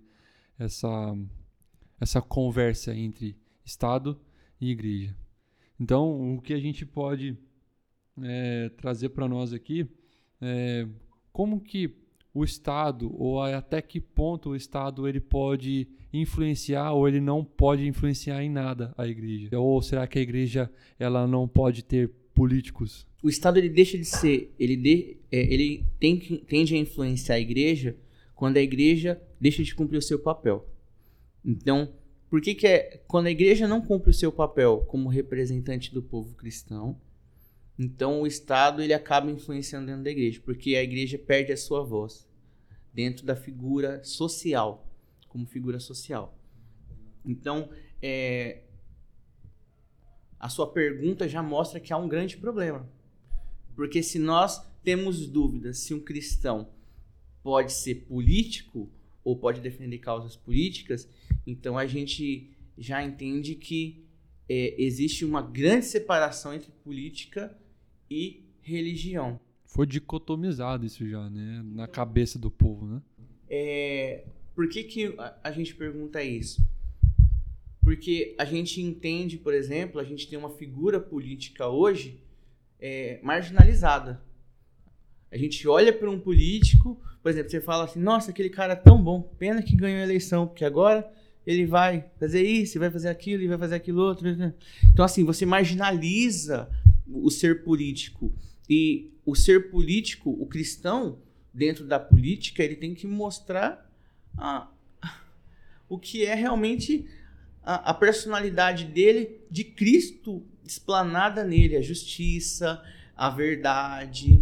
essa conversa entre Estado e igreja. Então, o que a gente pode trazer para nós aqui é como que o Estado, ou até que ponto o Estado ele pode influenciar ou ele não pode influenciar em nada a igreja? Ou será que a igreja ela não pode ter políticos?
O Estado ele deixa de ser, ele tende a influenciar a igreja quando a igreja deixa de cumprir o seu papel. Então, por que quando a igreja não cumpre o seu papel como representante do povo cristão, Então o Estado ele acaba influenciando dentro da igreja, porque a igreja perde a sua voz dentro da figura social, como figura social. Então, a sua pergunta já mostra que há um grande problema. Porque se nós temos dúvidas se um cristão pode ser político ou pode defender causas políticas, então a gente já entende que existe uma grande separação entre política e religião.
Foi dicotomizado isso já, né? Na cabeça do povo, né?
Por que a gente pergunta isso? Porque a gente entende, por exemplo, a gente tem uma figura política hoje marginalizada. A gente olha para um político, por exemplo, você fala assim, nossa, aquele cara é tão bom, pena que ganhou a eleição, porque agora ele vai fazer isso, vai fazer aquilo, e vai fazer aquilo outro. Então, assim, você marginaliza o ser político. E o ser político, o cristão, dentro da política, ele tem que mostrar o que é realmente a personalidade dele, de Cristo explanada nele, a justiça, a verdade,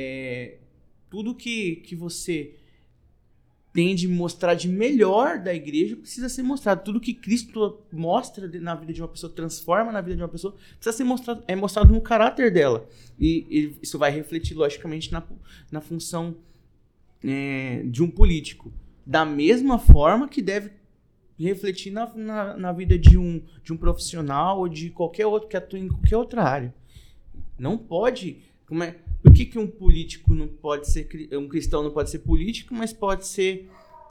tudo que você tem de mostrar de melhor da igreja precisa ser mostrado. Tudo que Cristo mostra na vida de uma pessoa, transforma na vida de uma pessoa, precisa ser mostrado no caráter dela. E isso vai refletir, logicamente, na função de um político. Da mesma forma que deve refletir na vida de um profissional ou de qualquer outro que atua em qualquer outra área. Não pode... Por que um político não pode ser... Um cristão não pode ser político, mas pode ser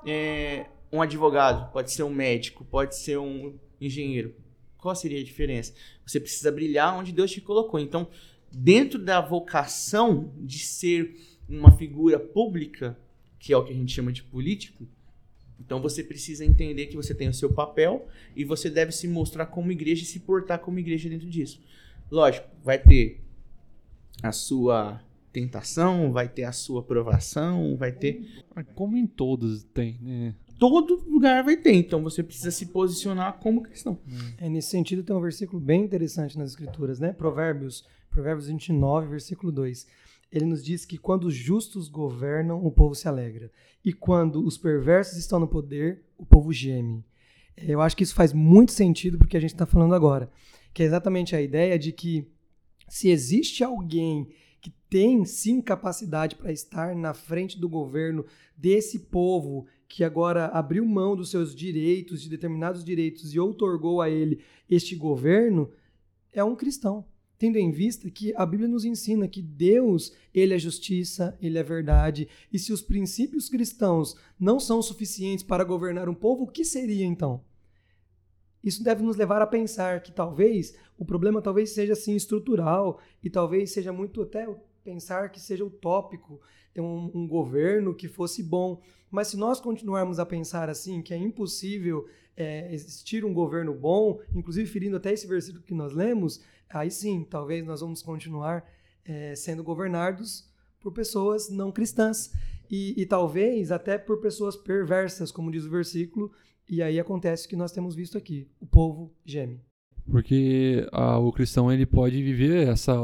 um advogado, pode ser um médico, pode ser um engenheiro? Qual seria a diferença? Você precisa brilhar onde Deus te colocou. Então, dentro da vocação de ser uma figura pública, que é o que a gente chama de político, então você precisa entender que você tem o seu papel e você deve se mostrar como igreja e se portar como igreja dentro disso. Lógico, vai ter a sua tentação, vai ter a sua aprovação, vai ter...
Como em todos tem, né?
Todo lugar vai ter, então você precisa se posicionar como cristão.
Nesse sentido tem um versículo bem interessante nas Escrituras, né? Provérbios 29, versículo 2. Ele nos diz que quando os justos governam, o povo se alegra. E quando os perversos estão no poder, o povo geme. Eu acho que isso faz muito sentido porque a gente está falando agora. Que é exatamente a ideia de que se existe alguém que tem sim capacidade para estar na frente do governo desse povo que agora abriu mão dos seus direitos, de determinados direitos, e outorgou a ele este governo, é um cristão. Tendo em vista que a Bíblia nos ensina que Deus, ele é justiça, ele é verdade, e se os princípios cristãos não são suficientes para governar um povo, o que seria então? Isso deve nos levar a pensar que talvez o problema talvez seja assim estrutural e talvez seja muito até pensar que seja utópico ter um governo que fosse bom. Mas se nós continuarmos a pensar assim, que é impossível existir um governo bom, inclusive ferindo até esse versículo que nós lemos, aí sim, talvez nós vamos continuar sendo governados por pessoas não cristãs e talvez até por pessoas perversas, como diz o versículo. E aí acontece o que nós temos visto aqui, o povo geme.
Porque o cristão ele pode viver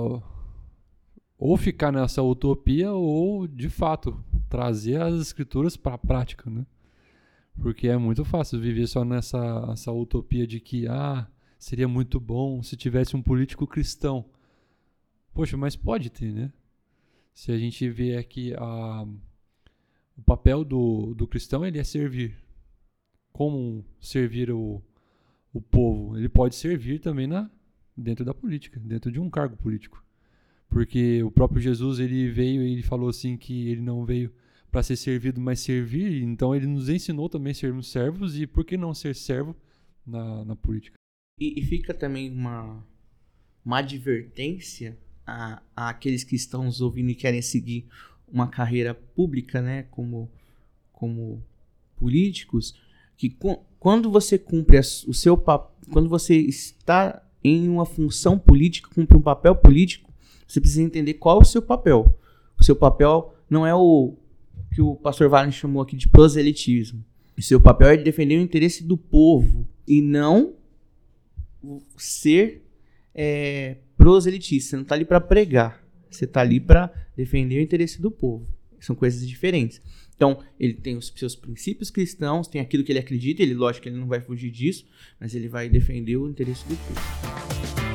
ou ficar nessa utopia ou, de fato, trazer as escrituras para a prática, né? Porque é muito fácil viver só nessa utopia de que seria muito bom se tivesse um político cristão. Poxa, mas pode ter, né? Se a gente vê aqui o papel do cristão, ele é servir. Como servir o povo? Ele pode servir também dentro da política, dentro de um cargo político. Porque o próprio Jesus, ele veio e ele falou assim que ele não veio para ser servido, mas servir. Então ele nos ensinou também a sermos servos e por que não ser servo na política?
E fica também uma advertência àqueles que estão nos ouvindo e querem seguir uma carreira pública, né, como políticos, que quando você cumpre o seu papel, quando você está em uma função política, cumpre um papel político, você precisa entender qual é o seu papel. O seu papel não é o que o pastor Wagner chamou aqui de proselitismo. O seu papel é de defender o interesse do povo e não ser proselitista. Você não está ali para pregar. Você está ali para defender o interesse do povo. São coisas diferentes. Então, ele tem os seus princípios cristãos, tem aquilo que ele acredita, lógico que ele não vai fugir disso, mas ele vai defender o interesse do povo.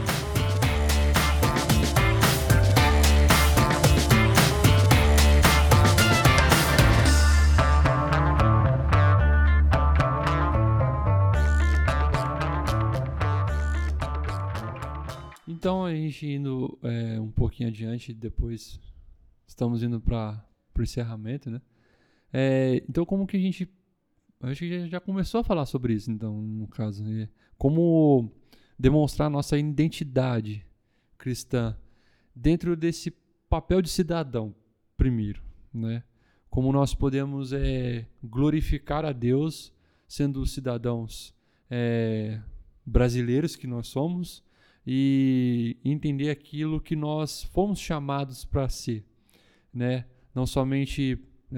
Então, a gente indo um pouquinho adiante, depois estamos indo para o encerramento, né? Então, como que a gente... Acho que já começou a falar sobre isso, então, no caso. Como demonstrar nossa identidade cristã dentro desse papel de cidadão, primeiro, né? Como nós podemos glorificar a Deus sendo cidadãos brasileiros que nós somos, e entender aquilo que nós fomos chamados para ser, né? Não somente,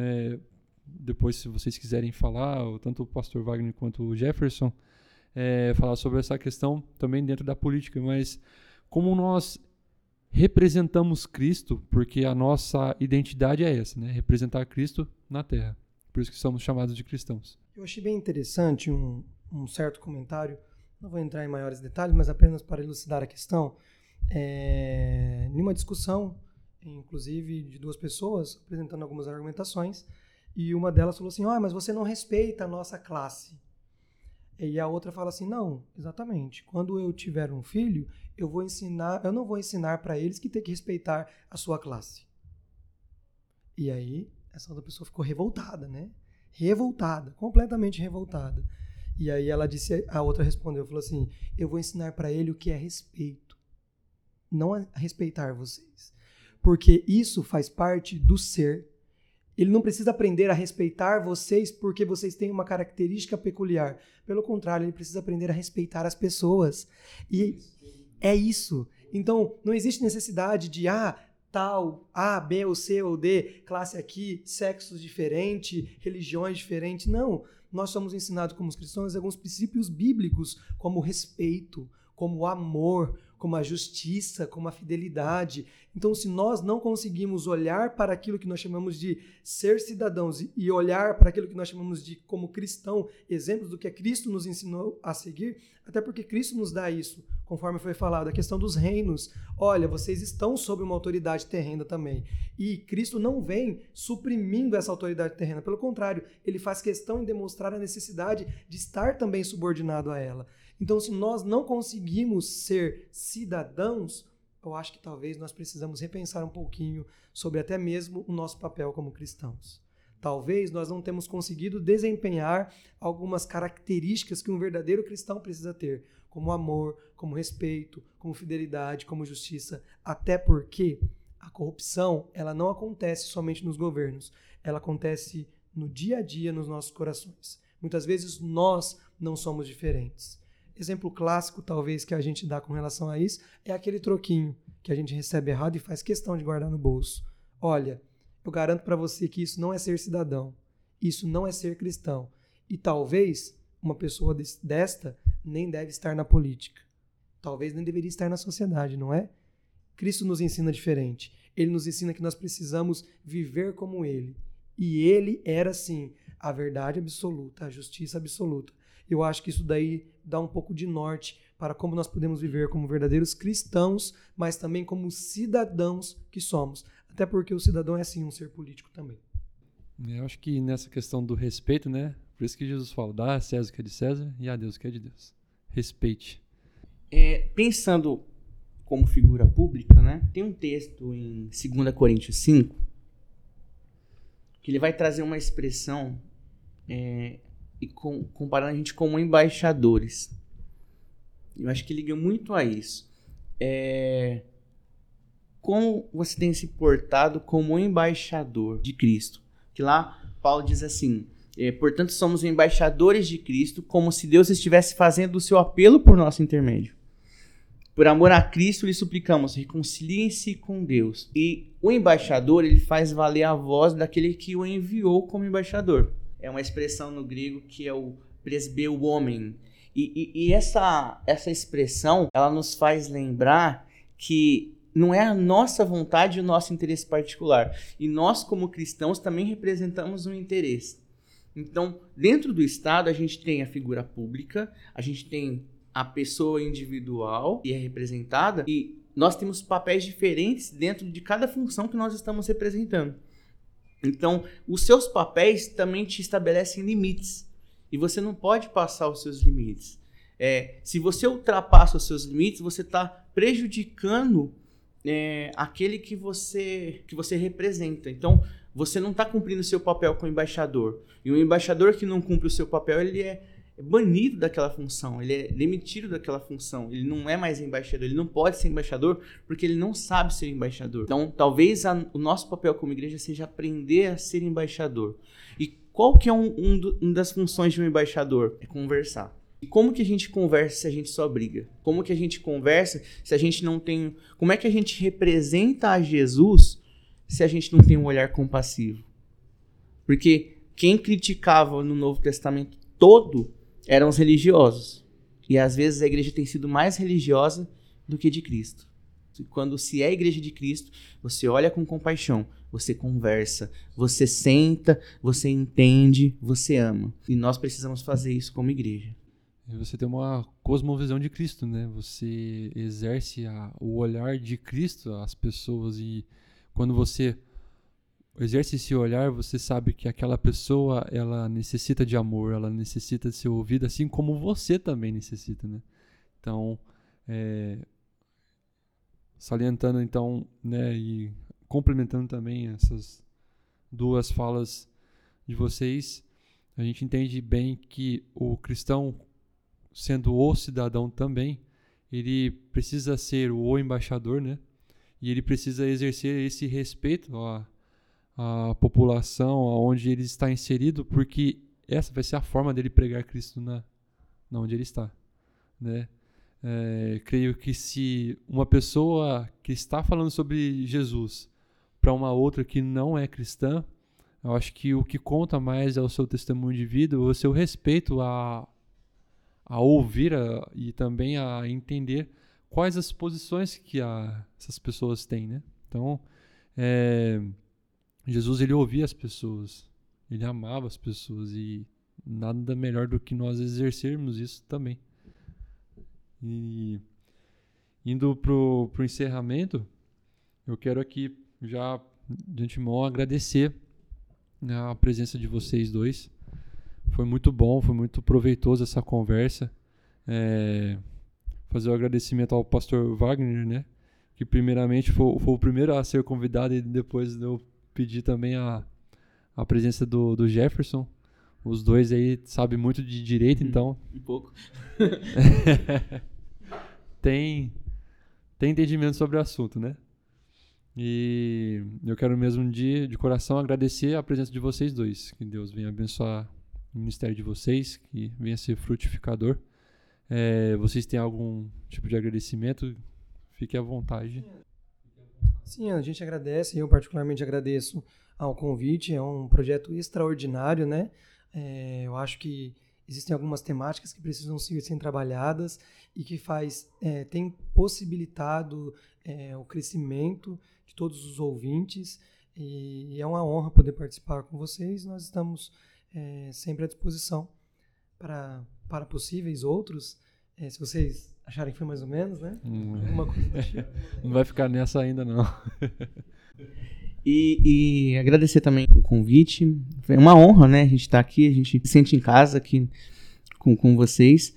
depois se vocês quiserem falar, tanto o pastor Wagner quanto o Jefferson, falar sobre essa questão também dentro da política, mas como nós representamos Cristo, porque a nossa identidade é essa, né? Representar Cristo na Terra. Por isso que somos chamados de cristãos.
Eu achei bem interessante um certo comentário. Não vou entrar em maiores detalhes, mas apenas para elucidar a questão. Em uma discussão, inclusive de duas pessoas, apresentando algumas argumentações, e uma delas falou assim, mas você não respeita a nossa classe. E a outra fala assim, não, exatamente. Quando eu tiver um filho, eu não vou ensinar para eles que tem que respeitar a sua classe. E aí, essa outra pessoa ficou revoltada, né? Revoltada, completamente revoltada. E aí a outra respondeu, falou assim, eu vou ensinar para ele o que é respeito, não a respeitar vocês, porque isso faz parte do ser. Ele não precisa aprender a respeitar vocês porque vocês têm uma característica peculiar. Pelo contrário, ele precisa aprender a respeitar as pessoas. E é isso. Então, não existe necessidade de tal, A, B ou C ou D, classe aqui, sexos diferentes, religiões diferentes. Não. Nós somos ensinados como cristãos alguns princípios bíblicos, como o respeito, como o amor, como a justiça, como a fidelidade. Então, se nós não conseguimos olhar para aquilo que nós chamamos de ser cidadãos e olhar para aquilo que nós chamamos de como cristão, exemplos do que Cristo nos ensinou a seguir, até porque Cristo nos dá isso, conforme foi falado, a questão dos reinos. Olha, vocês estão sob uma autoridade terrena também. E Cristo não vem suprimindo essa autoridade terrena. Pelo contrário, ele faz questão em demonstrar a necessidade de estar também subordinado a ela. Então, se nós não conseguimos ser cidadãos, eu acho que talvez nós precisamos repensar um pouquinho sobre até mesmo o nosso papel como cristãos. Talvez nós não temos conseguido desempenhar algumas características que um verdadeiro cristão precisa ter, como amor, como respeito, como fidelidade, como justiça, até porque a corrupção, ela não acontece somente nos governos, ela acontece no dia a dia nos nossos corações. Muitas vezes nós não somos diferentes. Exemplo clássico, talvez, que a gente dá com relação a isso, é aquele troquinho que a gente recebe errado e faz questão de guardar no bolso. Olha, eu garanto para você que isso não é ser cidadão, isso não é ser cristão. E talvez uma pessoa desta nem deve estar na política. Talvez nem deveria estar na sociedade, não é? Cristo nos ensina diferente. Ele nos ensina que nós precisamos viver como Ele. E Ele era, sim, a verdade absoluta, a justiça absoluta. Eu acho que isso daí dá um pouco de norte para como nós podemos viver como verdadeiros cristãos, mas também como cidadãos que somos. Até porque o cidadão é, sim, um ser político também.
Eu acho que nessa questão do respeito, né? Por isso que Jesus fala, dá a César o que é de César e a Deus o que é de Deus. Respeite.
Pensando como figura pública, né? Tem um texto em 2 Coríntios 5 que ele vai trazer uma expressão e comparando a gente como embaixadores. Eu acho que liga muito a isso. Como você tem se portado como embaixador de Cristo? Que lá Paulo diz assim, portanto somos embaixadores de Cristo, como se Deus estivesse fazendo o seu apelo por nosso intermédio. Por amor a Cristo lhe suplicamos, reconciliem-se com Deus. E o embaixador, ele faz valer a voz daquele que o enviou como embaixador. É uma expressão no grego que é o presbeuomen. E essa expressão, ela nos faz lembrar que não é a nossa vontade e o nosso interesse particular. E nós, como cristãos, também representamos um interesse. Então, dentro do Estado, a gente tem a figura pública, a gente tem a pessoa individual e é representada, e nós temos papéis diferentes dentro de cada função que nós estamos representando. Então, os seus papéis também te estabelecem limites. E você não pode passar os seus limites. Se você ultrapassa os seus limites, você está prejudicando aquele que você representa. Então, você não está cumprindo o seu papel como embaixador. E um embaixador que não cumpre o seu papel, ele é banido daquela função, ele é demitido daquela função, ele não é mais embaixador, ele não pode ser embaixador porque ele não sabe ser embaixador. Então, talvez o nosso papel como igreja seja aprender a ser embaixador. E qual que é uma das funções de um embaixador? É conversar. E como que a gente conversa se a gente só briga? Como que a gente conversa se a gente não tem... Como é que a gente representa a Jesus se a gente não tem um olhar compassivo? Porque quem criticava no Novo Testamento todo eram os religiosos. E às vezes a igreja tem sido mais religiosa do que de Cristo. Quando se é a igreja de Cristo, você olha com compaixão, você conversa, você senta, você entende, você ama. E nós precisamos fazer isso como igreja.
Você tem uma cosmovisão de Cristo, né? Você exerce o olhar de Cristo às pessoas, e quando você exerce esse olhar, você sabe que aquela pessoa, ela necessita de amor, ela necessita de ser ouvida, assim como você também necessita, né? Então, salientando então, né, e complementando também essas duas falas de vocês, a gente entende bem que o cristão, sendo o cidadão também, ele precisa ser o embaixador, né? E ele precisa exercer esse respeito a população onde ele está inserido, porque essa vai ser a forma dele pregar Cristo na onde ele está, né? Creio que se uma pessoa que está falando sobre Jesus para uma outra que não é cristã, eu acho que o que conta mais é o seu testemunho de vida, o seu respeito a ouvir e também a entender quais as posições que essas pessoas têm, né? Então, Jesus, ele ouvia as pessoas, ele amava as pessoas, e nada melhor do que nós exercermos isso também. E indo pro encerramento, eu quero aqui já de antemão agradecer, né, a presença de vocês dois. Foi muito bom, foi muito proveitoso essa conversa. Fazer o agradecimento ao pastor Wagner, né, que primeiramente foi o primeiro a ser convidado, e depois eu pedi também a presença do Jefferson. Os dois aí sabem muito de direito, então...
Um pouco.
tem entendimento sobre o assunto, né? E eu quero mesmo de coração agradecer a presença de vocês dois. Que Deus venha abençoar o ministério de vocês, que venha ser frutificador. Vocês têm algum tipo de agradecimento? Fique à vontade.
Sim, a gente agradece, eu particularmente agradeço ao convite, é um projeto extraordinário, né? Eu acho que existem algumas temáticas que precisam ser trabalhadas e que tem possibilitado o crescimento de todos os ouvintes, e é uma honra poder participar com vocês. Nós estamos sempre à disposição para possíveis outros, se vocês acharem que foi mais ou menos, né? Alguma coisa.
Não vai ficar nessa ainda, não.
E agradecer também o convite. Foi uma honra, né? A gente tá aqui, a gente se sente em casa aqui com vocês.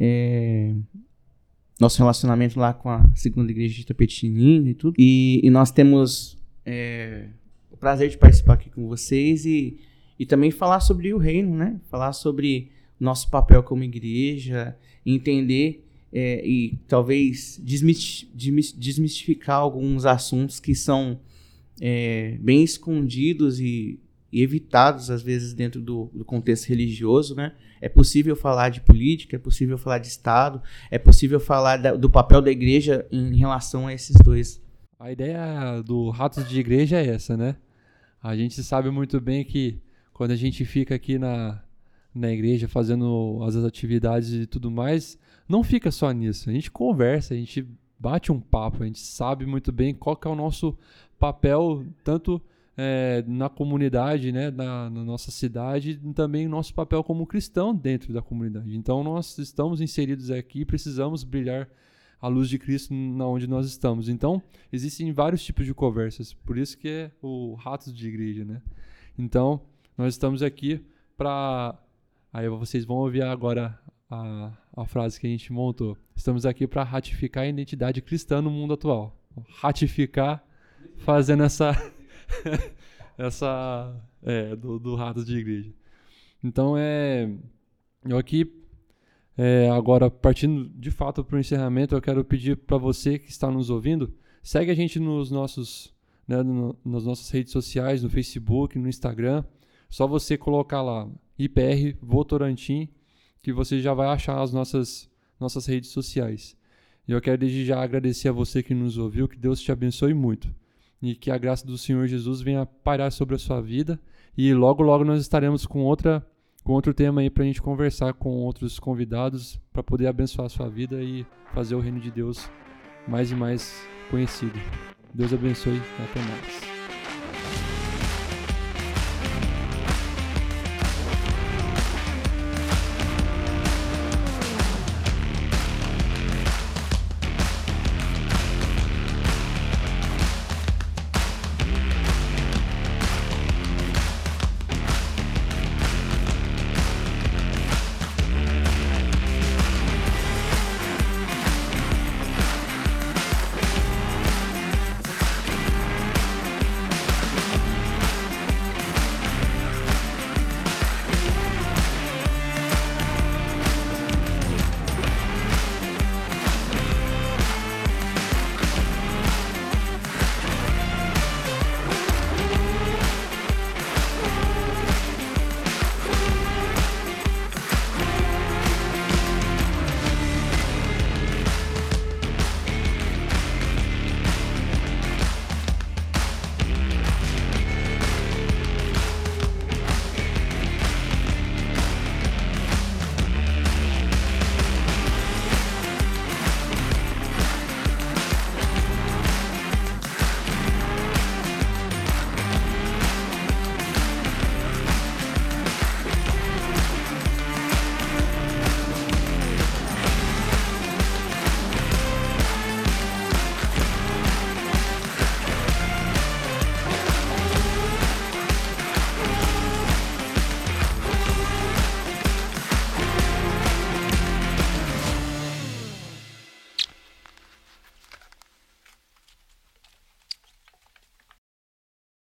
Nosso relacionamento lá com a segunda igreja de Itapetininga e tudo. E nós temos o prazer de participar aqui com vocês e também falar sobre o reino, né? Falar sobre nosso papel como igreja, entender e talvez desmistificar alguns assuntos que são bem escondidos e evitados às vezes dentro do contexto religioso, né? É possível falar de política, é possível falar de Estado, é possível falar do papel da igreja em relação a esses dois.
A ideia do Ratos de Igreja é essa, né? A gente sabe muito bem que quando a gente fica aqui na igreja fazendo as atividades e tudo mais, não fica só nisso. A gente conversa, a gente bate um papo, a gente sabe muito bem qual que é o nosso papel, tanto na comunidade, né, na nossa cidade, e também o nosso papel como cristão dentro da comunidade. Então, nós estamos inseridos aqui e precisamos brilhar a luz de Cristo na onde nós estamos. Então, existem vários tipos de conversas, por isso que é o Ratos de Igreja, né? Então, nós estamos aqui para... Aí vocês vão ouvir agora a frase que a gente montou. Estamos aqui para ratificar a identidade cristã no mundo atual. Ratificar, fazendo do Ratos de Igreja. Então, eu aqui, agora, partindo de fato para o encerramento, eu quero pedir para você que está nos ouvindo, segue a gente nos nossos, né, nas nossas redes sociais, no Facebook, no Instagram. Só você colocar lá, IPR Votorantim, que você já vai achar as nossas redes sociais. E eu quero desde já agradecer a você que nos ouviu, que Deus te abençoe muito. E que a graça do Senhor Jesus venha pairar sobre a sua vida. E logo, logo nós estaremos com outro tema aí para a gente conversar com outros convidados para poder abençoar a sua vida e fazer o reino de Deus mais e mais conhecido. Deus abençoe e até mais.